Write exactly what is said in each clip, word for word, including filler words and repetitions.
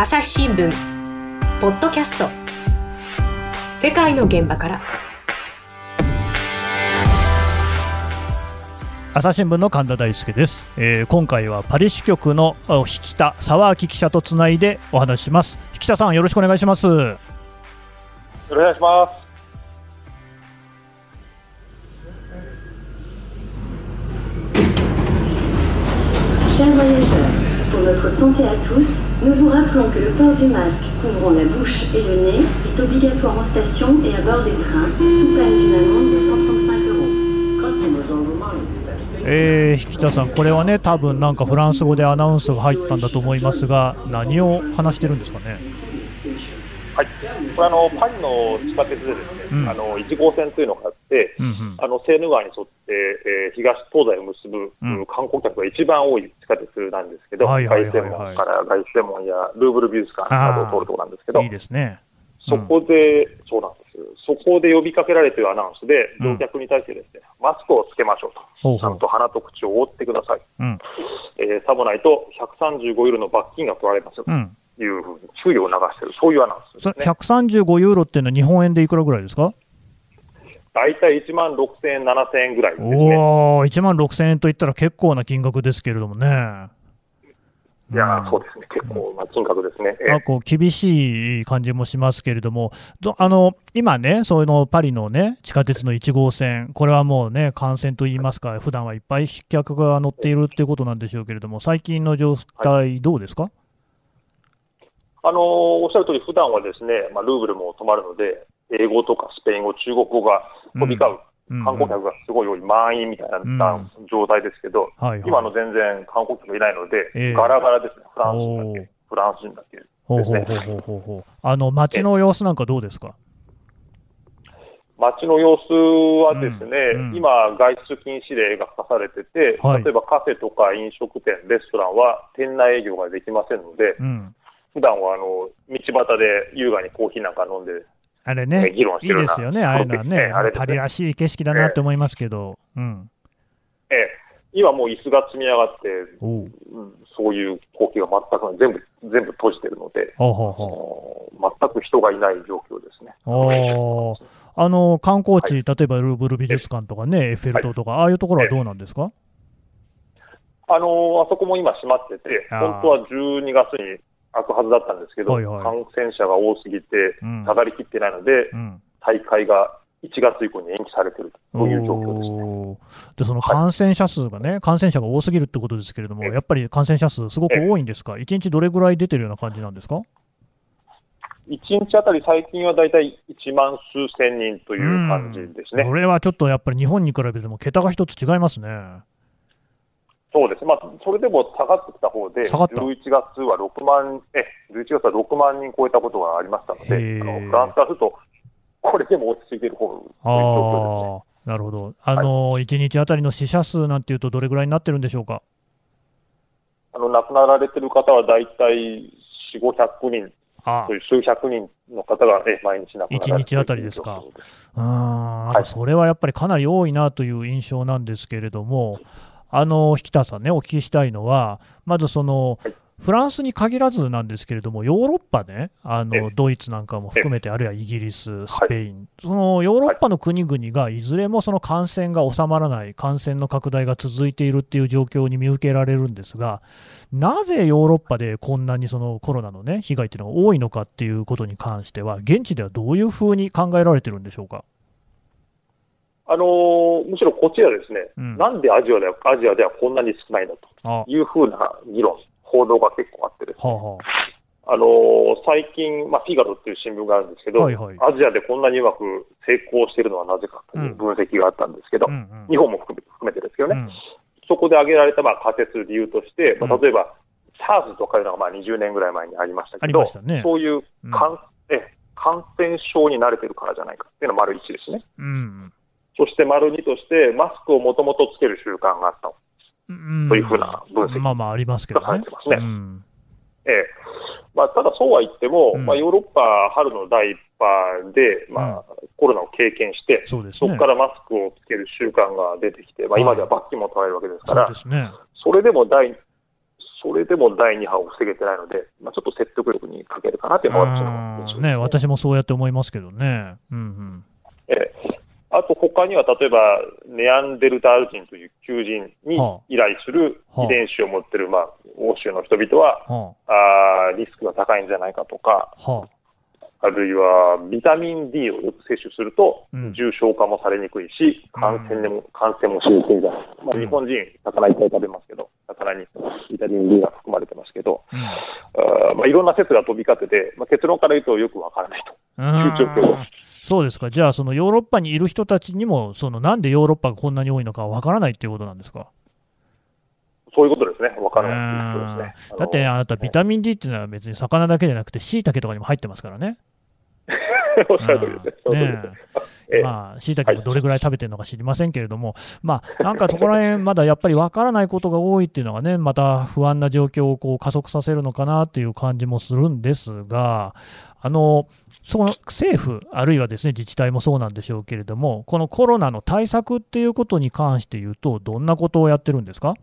朝日新聞ポッドキャスト、世界の現場から。 朝日新聞の神田大輔です、えー、今回はパリ支局の引田沢明記者とつないでお話しします。引田さん、よろしくお願いします。よろしくお願いします。 Chers voyageurs, pour notre santé à tous, nous vous rappelons que le port du masque couvrant la bouche et le nez est obligatoire en station et à bord des trains, sous peine d'une amende de cent trente-cinq euros. Customers are reminded that えー、引田さん、これはね、多分なんかフランス語でアナウンスが入ったんだと思いますが、何を話してるんですかね。 はい、これあのパリの地下鉄でですね、うん、あのいち号線というのがあって、うんうん、あのセーヌ川に沿って、えー、東東西を結ぶ、うん、観光客が一番多い地下鉄なんですけど、凱旋門から凱旋門やルーブル美術館などを通るところなんですけど、 いいですね。 そこで、うん、そうなんです。そこで呼びかけられているアナウンスで、乗客に対してですね、うん、マスクをつけましょうと、うん、ちゃんと鼻と口を覆ってください、うんえー、さもないとひゃくさんじゅうごユーロの罰金が取られますよと。うんいうふうに注意を流している、そういうアナウンスですね。 ひゃくさんじゅうごユーロっていうのは日本円でいくらぐらいですか。 だいたいいちまんろくせんえん、ななせんえんぐらいですね。 おー、いちまんろくせんえんといったら結構な金額ですけれどもね。 いや、うん、そうですね、結構な金額ですね。 うん、こう厳しい感じもしますけれども、あの今ね、そういうのパリの、ね、地下鉄のいち号線、これはもうね、幹線といいますか、普段はいっぱい客が乗っているということなんでしょうけれども、最近の状態、どうですか。はい、 あのー、おっしゃる通り、普段はですね、まあ、ルーブルも止まるので、英語とかスペイン語、中国語が飛び交う、うん、観光客がすごい多い、満員みたいな、うん、状態ですけど、はいはい、今の全然観光客がいないので、えー、ガラガラですね、フランス人だけ、フランス人だけですね。 ほうほうほうほうほうほう。あの街の様子なんかどうですか。 街の様子はですね、うんうん、今、外出禁止令が課されてて、はい、例えばカフェとか飲食店、レストランは店内営業ができませんので、うん、普段はあの道端で優雅にコーヒーなんか飲んで、 あれね、 議論してるようないいですよね、ああいうのはね、ねパリらしい景色だなと思いますけど、えーうんえー、今もう椅子が積み上がって、うん、そういう光景が全く全部全部閉じてるので、ほうほうほう、全く人がいない状況ですね。 おあの観光地、はい、例えばルーブル美術館とかね、エッフェル塔とか、はい、ああいうところはどうなんですか。 あのあそこも今閉まってて、本当はじゅうにがつに開くはずだったんですけど、はいはい、感染者が多すぎて下がりきってないので、うん、大会がいちがつ以降に延期されているという状況ですね。 でその感染者数がね、はい、感染者が多すぎるってことですけれども、やっぱり感染者数すごく多いんですか。いちにちどれぐらい出てるような感じなんですか。 いちにちあたり最近はだいたいいちまん数千人という感じですね。 これはちょっとやっぱり日本に比べても桁が一つ違いますね。 そうです、まあ、それでも下がってきた方で、じゅういちがつはろくまん、えじゅういちがつはろくまんにん超えたことがありましたので、あのフランスからすると、これでも落ち着いている方という状況ですね。 なるほど、あの、はい、いちにちあたりの死者数なんていうと、どれぐらいになってるんでしょうか。 あの亡くなられている方はだいたいよん、ごひゃくにんという数百人の方が、ね、毎日亡くなられているという状況です。いちにちあたりですか。 うーん、なんかそれはやっぱりかなり多いなという印象なんですけれども、あの引田さんね、お聞きしたいのは、まずその、はい、フランスに限らずなんですけれども、ヨーロッパね、あのドイツなんかも含めて、あるいはイギリス、スペイン、はい、そのヨーロッパの国々がいずれもその感染が収まらない、感染の拡大が続いているっていう状況に見受けられるんですが、なぜヨーロッパでこんなにそのコロナの、ね、被害っていうのが多いのかっていうことに関しては、現地ではどういうふうに考えられてるんでしょうか。 あのー、むしろこっちはですね、うん、なんでアジアでは、アジアではこんなに少ないんだというふうな議論、報道が結構あってですね、はあはああのー、最近、まあ、フィガロっていう新聞があるんですけど、はいはい、アジアでこんなにうまく成功しているのはなぜかという分析があったんですけど、うんうんうん、日本も含めて、含めてですけどね、うん、そこで挙げられたまあ仮説理由として、まあ、例えば、SARS とかいうのがまあにじゅうねんぐらい前にありましたけど、ね、そういう感、うん、え感染症に慣れてるからじゃないかっていうのが丸いちですね。うん、そして丸にとして、マスクをもともとつける習慣があった、うん、というふうな分析がされてますね。ええまあ、ただそうは言っても、うんまあ、ヨーロッパ春の第一波で、まあうん、コロナを経験して、そ、ね、そこからマスクをつける習慣が出てきて、まあ、今では罰金も取られるわけですから、そうですね、それでも第それでもだいに波を防げてないので、まあ、ちょっと説得力に欠けるかなというのが私の印象ですね。 ね、私もそうやって思いますけどね。うんうんえーあと他には例えばネアンデルタール人という求人に依頼する遺伝子を持っている、まあ、欧州の人々は、はあ、あリスクが高いんじゃないかとか、はあ、あるいはビタミン ディー をよく摂取すると重症化もされにくいし、うん、感染も感染もしにくいじゃない、まあ、日本人魚いっぱい食べますけど、魚にビタミン ディー が含まれてますけど、うんあまあ、いろんな説が飛び交ってて、まあ、結論から言うとよくわからないという状況です。 そうですか。じゃあ、そのヨーロッパにいる人たちにも、そのなんでヨーロッパがこんなに多いのかわからないっていうことなんですか。 そういうことですね。わからないということですね。 だって、あなた、ビタミン ディー っていうのは別に魚だけじゃなくて、シイタケとかにも入ってますからね。 おっしゃる通りですね。ねえまあ、シイタケもどれぐらい食べてるのか知りませんけれども、はい、まあ、なんかそこら辺、まだやっぱりわからないことが多いっていうのがね、また不安な状況をこう加速させるのかなっていう感じもするんですが、あの、その政府、あるいはですね自治体もそうなんでしょうけれども、このコロナの対策っていうことに関して言うと、どんなことをやってるんですか。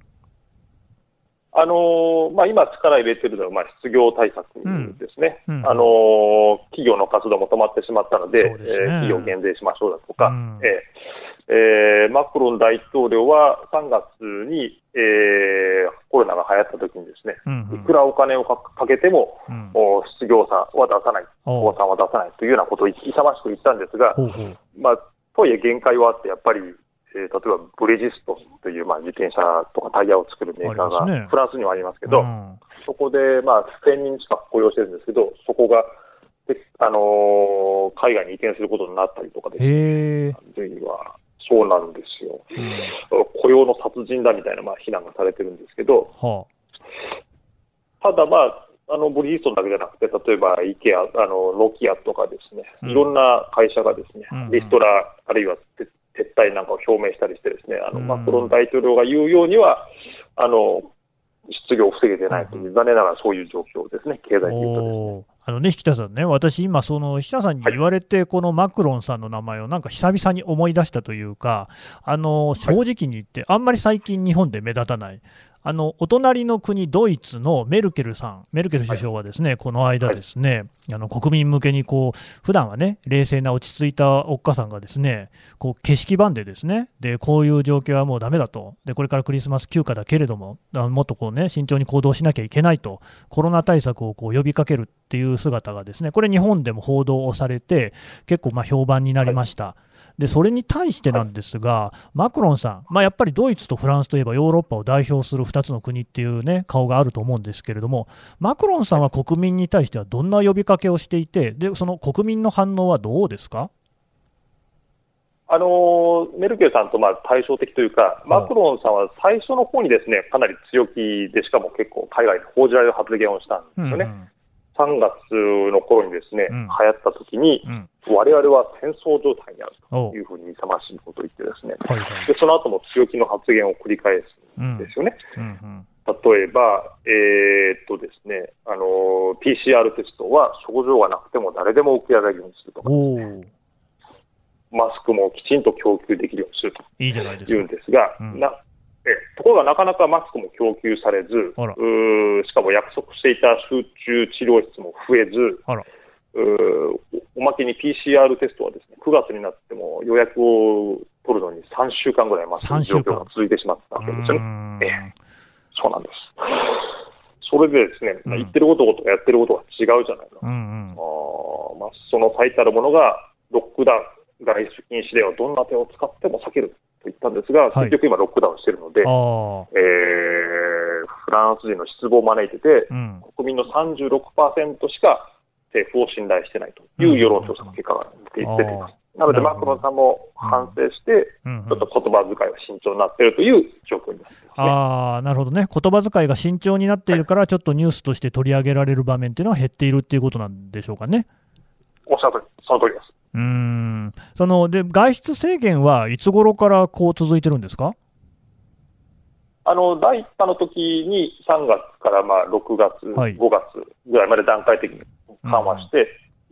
あのーまあ、今、力入れてるのは、まあ、失業対策ですね、うんうん、あのー、企業の活動も止まってしまったので、でねえー、企業減税しましょうだとか、うんえーえー、マクロン大統領はさんがつに、えー、コロナが流行った時にですね、うんうん、いくらお金を か, かけても、うん、失業者は出さない、倒産は出さないというようなことを勇ましく言ったんですが、ほうほうまあ、とはいえ限界はあって、やっぱり、えー、例えばブリヂストンという、まあ、自転車とかタイヤを作るメーカーが、ね、フランスにはありますけど、うん、そこで、まあ、せんにん近く雇用してるんですけど、そこが、あのー、海外に移転することになったりとかですね、へーはそうなんですよ、うん、雇用の殺人だみたいな、まあ、非難がされてるんですけど、はあ、ただ、まあ、あのブリヂストンだけじゃなくて、例えばイケア、あのノキアとかですね、いろんな会社がですね、うん、リストラ、あるいは撤退なんかを表明したりしてですね、あの、うん、マクロン大統領が言うようには、あの失業を防げてないという、うん、残念ながらそういう状況ですね、経済的に言うとですね。 あのね、引田さんね、私、今、その引田さんに言われて、はい、このマクロンさんの名前をなんか久々に思い出したというか、あの正直に言って、あんまり最近、日本で目立たない。あのお隣の国、ドイツのメルケルさん、メルケル首相はですね、はい、この間、ですね、はい、あの国民向けにこう、普段はね、冷静な落ち着いたおっかさんがですね、こう景色版でですね、でこういう状況はもうだめだと、でこれからクリスマス休暇だけれども、もっとこう、ね、慎重に行動しなきゃいけないと、コロナ対策をこう呼びかけるっていう姿がですね、これ、日本でも報道をされて、結構まあ評判になりました。はい、でそれに対してなんですが、マクロンさん、まあ、やっぱりドイツとフランスといえばヨーロッパを代表するふたつの国っていう、ね、顔があると思うんですけれども、マクロンさんは国民に対してはどんな呼びかけをしていて、でその国民の反応はどうですか。 あのメルケルさんとまあ対照的というか、マクロンさんは最初の方にですね、かなり強気で、しかも結構海外で報じられる発言をしたんですよね。うんうん、さんがつの頃にですね、うん、流行った時に、うん我々は戦争状態にあるというふうに勇ましいことを言ってですね、はいはい、でその後も強気の発言を繰り返すんですよね。うんうんうん、例えば、えーっとですね、あの ピーシーアール テストは症状がなくても誰でも受けられるようにするとか、マスクもきちんと供給できるようにするというんですが、うん、なえところがなかなかマスクも供給されず、うしかも約束していた集中治療室も増えず、あらうおまけに ピーシーアール テストはですね、くがつになっても予約を取るのにさんしゅうかんぐらい待つ状況が続いてしまったわけですよね。ええ、そうなんです。それでですね、うん、言ってることとやってることが違うじゃないか、うんうんあまあ、その最たるものがロックダウン、外出禁止令はどんな手を使っても避けると言ったんですが、結局今ロックダウンしているので、はいえー、フランス人の失望を招いてて、うん、国民の さんじゅうろくパーセント しか政府を信頼してないという世論調査の結果が出ています。なので、マクロンさんも反省して、ちょっと言葉遣いは慎重になっているという状況になっています、ね。 あなるほどね、言葉遣いが慎重になっているから、ちょっとニュースとして取り上げられる場面というのは減っているということなんでしょうかね。 おっしゃるとり、その通りです。 うーんそので外出制限はいつ頃からこう続いてるんですか。 あの第一波の時にさんがつからまあろくがつ、はい、ごがつぐらいまで段階的に緩和して、う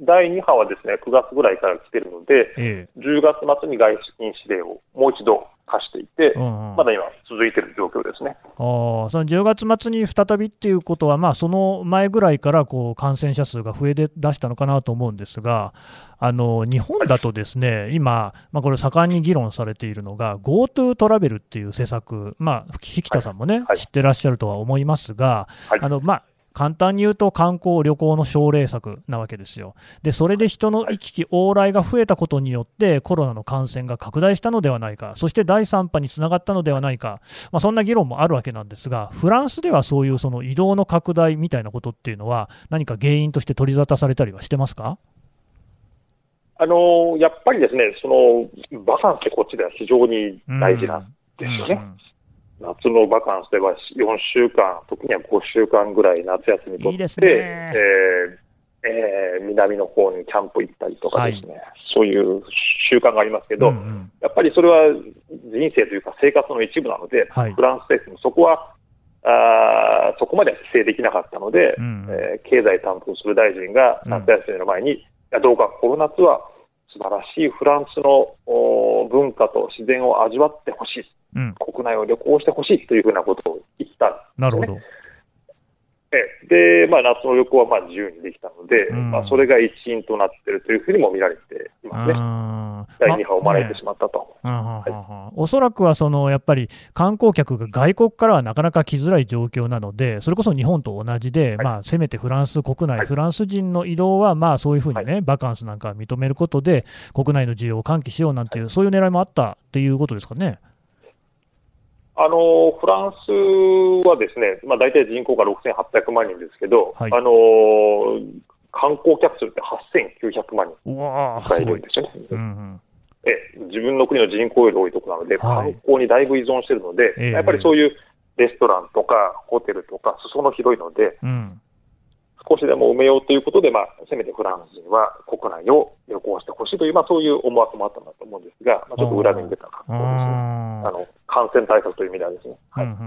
だいに波はですね、くがつぐらいから来てるので、ええ、じゅうがつ末に外出禁止令をもう一度課していて、うんうん、まだ今、続いている状況ですね。 あ、そのじゅうがつ末に再びっていうことは、まあ、その前ぐらいからこう感染者数が増え出したのかなと思うんですが、あの日本だとですね、はい、今、まあ、これ、盛んに議論されているのが、GoTo トラベルっていう施策、まあ、引田さんもね、はいはい、知ってらっしゃるとは思いますが、はい、あのまあ簡単に言うと観光・旅行の奨励策なわけですよ。でそれで人の行き来往来が増えたことによってコロナの感染が拡大したのではないか、そしてだいさん波につながったのではないか、まあ、そんな議論もあるわけなんですが、フランスではそういうその移動の拡大みたいなことっていうのは何か原因として取り沙汰されたりはしてますか？ あのやっぱりですね、そのバカンスってこっちでは非常に大事なんですよね。うんうん、夏のバカンスではよんしゅうかん、時にはごしゅうかんぐらい夏休み取って、いいですね、えーえー、南の方にキャンプ行ったりとかですね、はい、そういう習慣がありますけど、うんうん、やっぱりそれは人生というか生活の一部なので、はい、フランス政府もそこはあそこまでは規制できなかったので、うんうん、えー、経済担当する大臣が夏休みの前に、うん、いやどうかこの夏は素晴らしいフランスの文化と自然を味わってほしい、うん、国内を旅行してほしいというふうなことを言ったんですね。 なるほど。 で、まあ、夏の旅行はまあ自由にできたので、うん、まあ、それが一因となっているというふうにも見られていますね。だいに波を招いてしまったと。 おそらくはそのやっぱり観光客が外国からはなかなか来づらい状況なので、それこそ日本と同じで、はい、まあ、せめてフランス国内、はい、フランス人の移動はまあそういうふうにね、はい、バカンスなんか認めることで国内の需要を喚起しようなんていう、はい、そういう狙いもあったっていうことですかね。 あのフランスはですね、まあ、大体人口がろくせんはっぴゃくまんにんですけど、はい、あの観光客数ってはっせんきゅうひゃくまんにんがいるんですよね。うんうん、え自分の国の人口より多いところなので、はい、観光にだいぶ依存しているので、えー、やっぱりそういうレストランとかホテルとか裾野広いので、うん、少しでも埋めようということで、まあ、せめてフランス人は国内を旅行してほしいという、まあ、そういう思惑もあったんだと思うんですが、まあ、ちょっと裏目に出た格好ですね。あの感染対策という意味ではですね。はい、うんうんうん、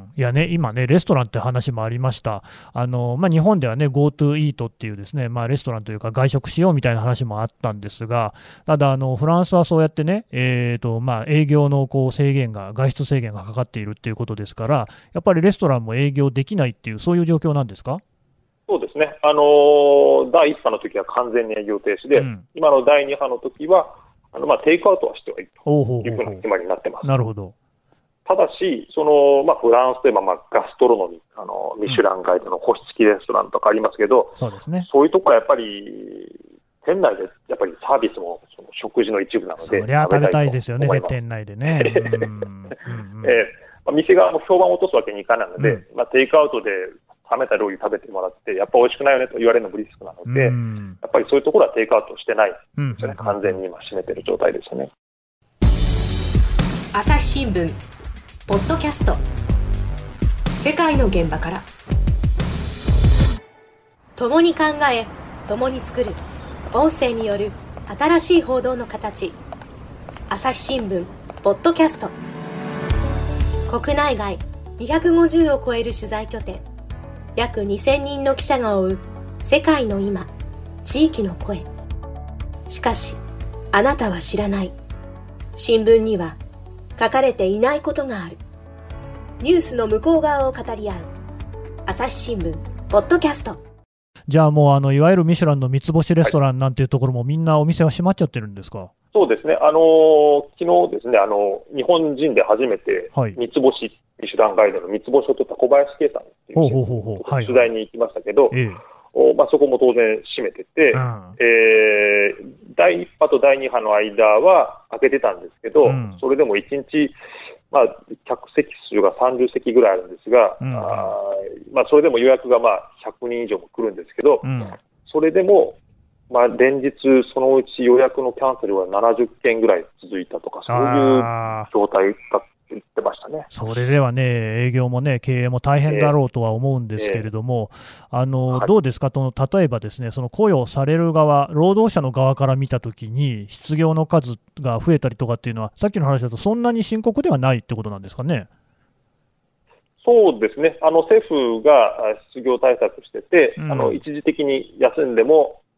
いやね、今ね、レストランって話もありました。あの、まあ、日本ではね、GoTo イートっていうですね、まあ、レストランというか外食しようみたいな話もあったんですが、ただあのフランスはそうやってね、えーとまあ、営業のこう制限が、外出制限がかかっているっていうことですから、やっぱりレストランも営業できないっていう、そういう状況なんですか？ そうですね、あのー、だいいち波の時は完全に営業停止で、うん、今のだいに波の時はあのまはテイクアウトはしてはいるというふうな決まりになってます。 なるほど。 ただし、そのまあ、フランスではまあガストロノミー、あのミシュランガイドの星付きレストランとかありますけど、 うん、そうですね、 そういうところはやっぱり、店内でやっぱりサービスもその食事の一部なので、 そりゃ食べたいですよね、店内でね。うんうんうんえーまあ、店側も評判を落とすわけにいかないので、うんまあ、テイクアウトで冷めた料理食べてもらって、やっぱ美味しくないよねと言われるのもリスクなので、うん、やっぱりそういうところはテイクアウトしてないですよね、うん、完全に今、占めている状態ですよね。 朝日新聞ポッドキャスト、世界の現場から、共に考え共に作る音声による新しい報道の形、朝日新聞ポッドキャスト。国内外にひゃくごじゅうを超える取材拠点、約にせんにんの記者が追う世界の今、地域の声。しかしあなたは知らない、新聞には書かれていないことがある。ニュースの向こう側を語り合う朝日新聞ポッドキャスト。 じゃあもうあのいわゆるミシュランの三つ星レストランなんていうところもみんなお店は閉まっちゃってるんですか？はい、 そうですね、あのー、昨日ですね、あの日本人で初めて三つ星、はい、ミシュランガイドの三つ星を取った小林圭さんっていう取材に行きましたけど、はいはい、おまあ、そこも当然閉めてて、うん、えー、だいいち波とだいに波の間は開けてたんですけど、うん、それでもいちにち、まあ、客席数がさんじゅっせきぐらいあるんですが、うん、あまあ、それでも予約がまあひゃくにん以上も来るんですけど、うん、それでも、まあ、連日そのうち予約のキャンセルはななじゅっけんぐらい続いたとか、そういう状態だって言ってましたね。 それではね、営業もね、経営も大変だろうとは思うんですけれども、えー、あの、はい、どうですか、と例えばですね、その雇用される側、労働者の側から見たときに、失業の数が増えたりとかっていうのは、さっきの話だと、そんなに深刻ではないってことなんですかね。 そうですね、あの政府が失業対策してて、うん、あの一時的に休んでも、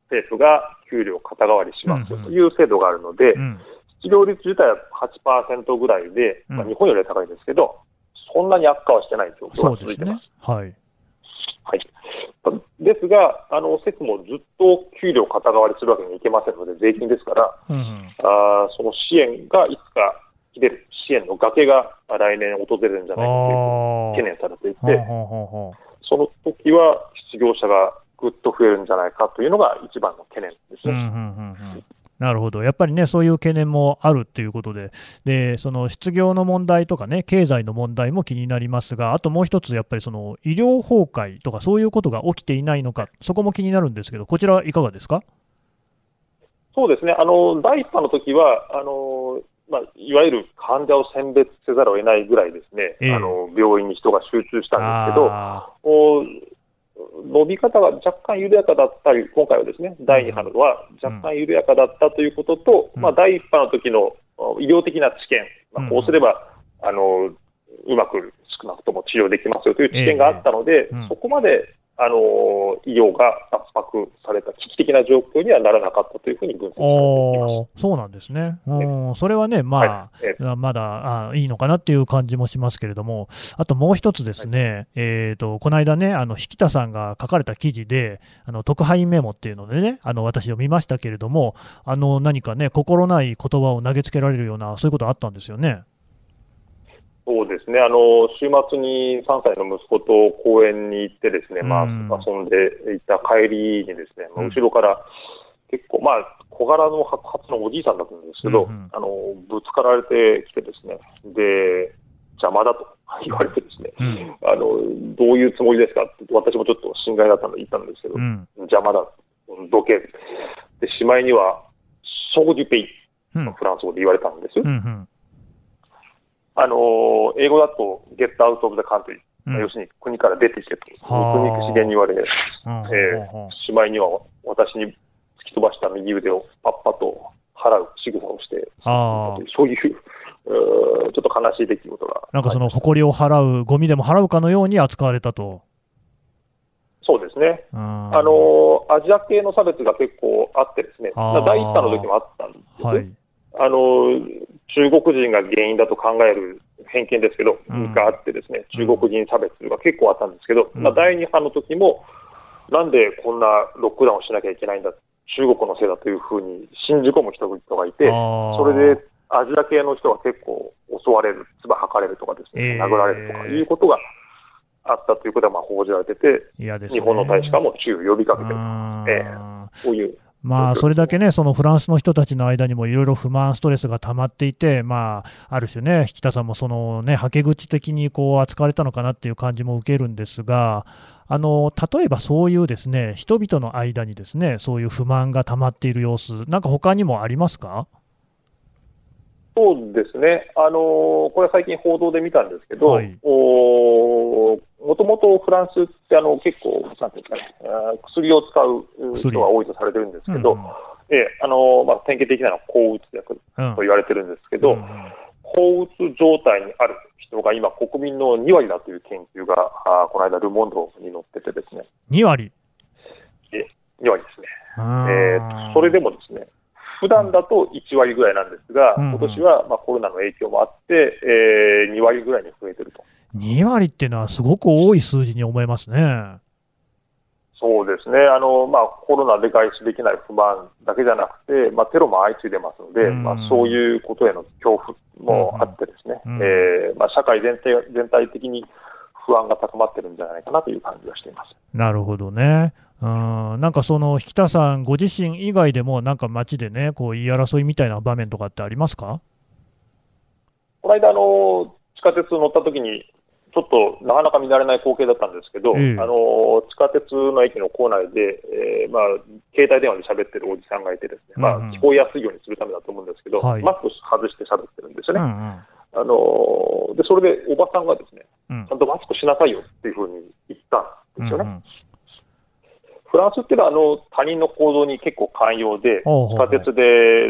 政府が給料肩代わりしますよという制度があるので、うんうん、失業率自体は はちパーセント ぐらいで、まあ、日本よりは高いですけど、そんなに悪化はしてない状況が続いています。 そうですね。はい。 はい。ですが、あの政府もずっと給料肩代わりするわけにはいけませんので、税金ですから、うんうん、あその支援がいつか切れる、支援の崖が来年訪れるんじゃないかという懸念されていて、その時は失業者がぐっと増えるんじゃないかというのが一番の懸念ですね。うんうんうんうん、 なるほど、やっぱりね、そういう懸念もあるということで、でその失業の問題とかね、経済の問題も気になりますが、あともう一つ、やっぱりその医療崩壊とか、そういうことが起きていないのか、そこも気になるんですけど、こちらはいかがですか。 そうですね、あの第一波の時はあのまあ、いわゆる患者を選別せざるを得ないぐらいですね、えー、あの病院に人が集中したんですけど、伸び方が若干緩やかだったり、今回はですね、だいに波は若干緩やかだったということと、うん、まあ、だいいっ波の時の医療的な知見、まあ、こうすれば、うん、あのうまく少なくとも治療できますよという知見があったので、えーうん、そこまであの医療が圧迫された危機的な状況にはならなかったというふうに分析されています。 そうなんですね。うん、それはね、まあ、はい、まだあいいのかなっていう感じもしますけれども、あともう一つですね、はい、えーと、この間ね、あの引田さんが書かれた記事で、あの特派員メモっていうのでね、あの私を見ましたけれども、あの何かね、心ない言葉を投げつけられるような、そういうことあったんですよね。 そうですね、あの週末にさんさいの息子と公園に行ってですね、まあ、遊んでいた帰りにですね、うん、後ろから結構、まあ、小柄の白髪のおじいさんだったんですけど、うんうん、あのぶつかられてきてですね、で邪魔だと言われてですね、うん、あのどういうつもりですかって、私もちょっと心外だったので言ったんですけど、うん、邪魔だ、どけで、しまいにはソージュペイ、うん、フランス語で言われたんですよ。うんうん、あの英語だと Get out of the country、うん、要するに国から出てきてと、肉肉しげに言われ、えー、しまいには私に突き飛ばした右腕をパッパと払う仕草をして、あそういう、ちょっと悲しい出来事が、 なんかその誇りを払う、ゴミでも払うかのように扱われたと。 そうですね、あのアジア系の差別が結構あってですね、だいいっ波の時もあったんですよ、はい、あの中国人が原因だと考える偏見ですけど、うん、があってですね、中国人差別が結構あったんですけど、うん、まあ、だいに波の時もなんでこんなロックダウンをしなきゃいけないんだ、中国のせいだというふうに信じ込む人々がいて、それでアジア系の人が結構襲われる、唾吐かれるとかですね、えー、殴られるとかいうことがあったということがまあ報じられてて、ね、日本の大使館も注意を呼びかけている、えー、こういう。 まあ、それだけね、そのフランスの人たちの間にもいろいろ不満、ストレスが溜まっていて、まあ、ある種ね、引田さんもそのね、はけ口的にこう扱われたのかなっていう感じも受けるんですが、あの例えばそういうですね、人々の間にですね、そういう不満が溜まっている様子、なんか他にもありますか？ そうですね、あのこれは最近報道で見たんですけど、はい、おもともとフランスってあの結構なんていうんですかね、薬を使う人が多いとされてるんですけど、うんうん、えあのまあ、典型的なのは抗うつ薬と言われてるんですけど、うんうん、抗うつ状態にある人が今国民のにわりだという研究があこの間ルモンドに載っててですね。 にわり？ えにわりですね。えー、それでもですね、普段だといちわりぐらいなんですが、うんうん、今年はまあコロナの影響もあって、えー、にわりぐらいに増えてると。 にわりっていうのはすごく多い数字に思えますね。 そうですね、あのまあ、コロナで外出できない不満だけじゃなくて、まあ、テロも相次いでますので、うんまあ、そういうことへの恐怖もあってですね、うんうんえーまあ、社会全体、全体的に不安が高まってるんじゃないかなという感じがしています。 なるほどね。うん、なんかその引田さんご自身以外でもなんか街でね、こう言い争いみたいな場面とかってありますか？ この間あの地下鉄乗った時にちょっとなかなか見慣れない光景だったんですけど、ええ、あの地下鉄の駅の構内で、えーまあ、携帯電話で喋ってるおじさんがいてですね、うんうんまあ、聞こえやすいようにするためだと思うんですけど、はい、マスク外して喋ってるんですよね、うんうんあのでそれでおばさんがですね、うん、ちゃんとマスクしなさいよっていうふうに言ったんですよね、うんうん、フランスっていうのはあの他人の行動に結構寛容で、地下鉄で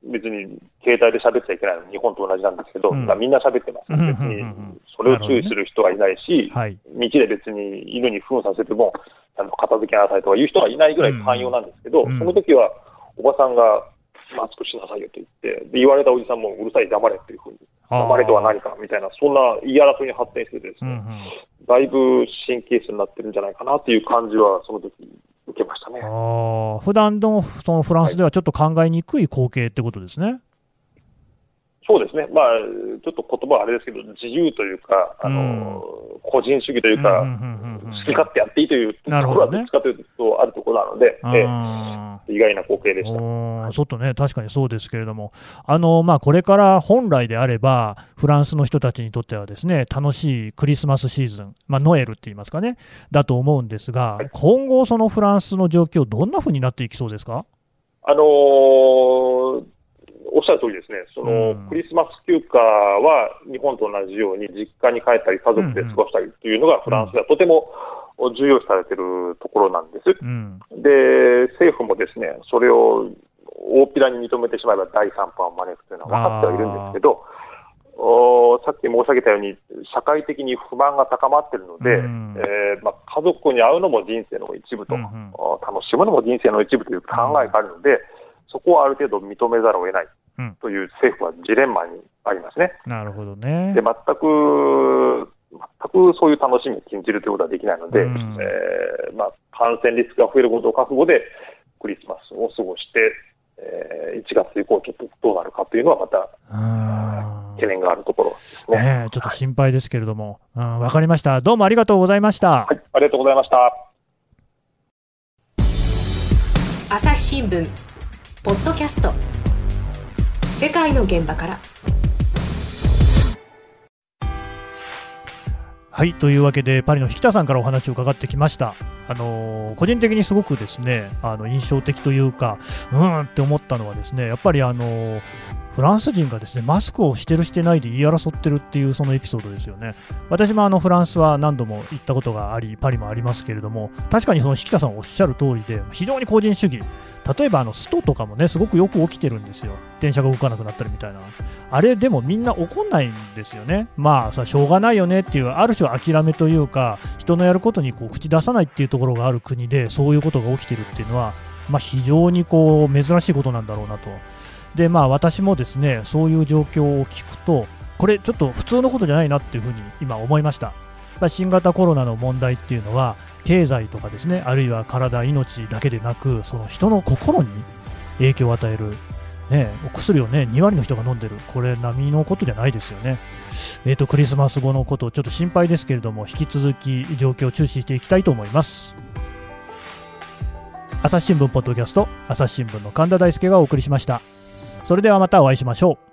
別に携帯で喋っちゃいけないの日本と同じなんですけど、うん、みんな喋ってます、別にそれを注意する人はいないし、はい、道で別に犬に糞させてもちゃんと片付けなさいとかいう人はいないぐらい寛容なんですけど、うん、その時はおばさんがマスクしなさいよと言って、で言われたおじさんもうるさい黙れっていうふうに、黙れとは何かみたいな、そんな言い争いに発展してですね、うんうん、だいぶ神経質になってるんじゃないかなという感じはその時受けましたね。 あ、普段のそのフランスではちょっと考えにくい光景ってことですね。はい、 そうですね、まあ、ちょっと言葉はあれですけど、自由というか、あのうん、個人主義というか、好き勝手やっていいというところはどっちかというと、あるところなので、え意外な光景でした。 ちょっとね、確かにそうですけれども、あのまあ、これから本来であれば、フランスの人たちにとってはですね、楽しいクリスマスシーズン、まあ、ノエルって言いますかね、だと思うんですが、はい、今後、そのフランスの状況、どんなふうになっていきそうですか。 あのーおっしゃる通りですね、その、うん、クリスマス休暇は日本と同じように実家に帰ったり家族で過ごしたりというのがフランスではとても重要視されているところなんです、うん、で政府もですねそれを大っぴらに認めてしまえば第三波を招くというのは分かってはいるんですけど、おさっき申し上げたように社会的に不満が高まっているので、うんえーまあ、家族に会うのも人生の一部と、うんうん、楽しむのも人生の一部という考えがあるので、うん、そこはある程度認めざるを得ないという政府はジレンマにありますね。 なるほどね。 で全く、全くそういう楽しみを禁じるということはできないので、うんえーまあ、感染リスクが増えることを覚悟でクリスマスを過ごして、えー、いちがつ以降ちょっとどうなるかというのはまた懸念があるところですね。 ねちょっと心配ですけれども、はい、うん、分かりました。どうもありがとうございました。 はい、ありがとうございました。 朝日新聞ポッドキャスト、世界の現場から。 はい、というわけでパリの引田さんからお話を伺ってきました。あのー、個人的にすごくですねあの印象的というか、うーんって思ったのはですねやっぱりあのーフランス人がですねマスクをしてるしてないで言い争ってるっていうそのエピソードですよね。私もあのフランスは何度も行ったことがありパリもありますけれども、確かにその引田さんおっしゃる通りで非常に個人主義、例えばあのストとかもねすごくよく起きてるんですよ。電車が動かなくなったりみたいな、あれでもみんな怒んないんですよね。まあさしょうがないよねっていうある種諦めというか、人のやることにこう口出さないっていうところがある国でそういうことが起きてるっていうのは、まあ、非常にこう珍しいことなんだろうなと。でまあ、私もですねそういう状況を聞くとこれちょっと普通のことじゃないなっていうふうに今思いました。やっぱり新型コロナの問題っていうのは経済とかですねあるいは体命だけでなくその人の心に影響を与える、ね、お薬を、ね、にわりの人が飲んでる、これ並みのことじゃないですよね。えーとクリスマス後のことちょっと心配ですけれども引き続き状況を注視していきたいと思います。朝日新聞ポッドキャスト、朝日新聞の神田大輔がお送りしました。それではまたお会いしましょ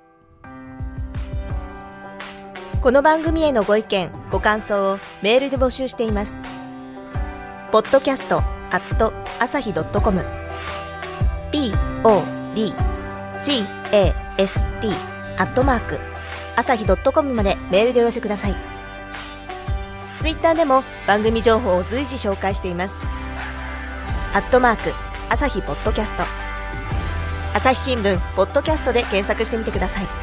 う。この番組へのご意見ご感想をメールで募集しています。ポッドキャストアット朝日ドットコム ポッドキャストアットマーク朝日ドットコムまでメールでお寄せください。ツイッターでも番組情報を随時紹介しています。アットマーク朝日ポッドキャスト、朝日新聞ポッドキャストで検索してみてください。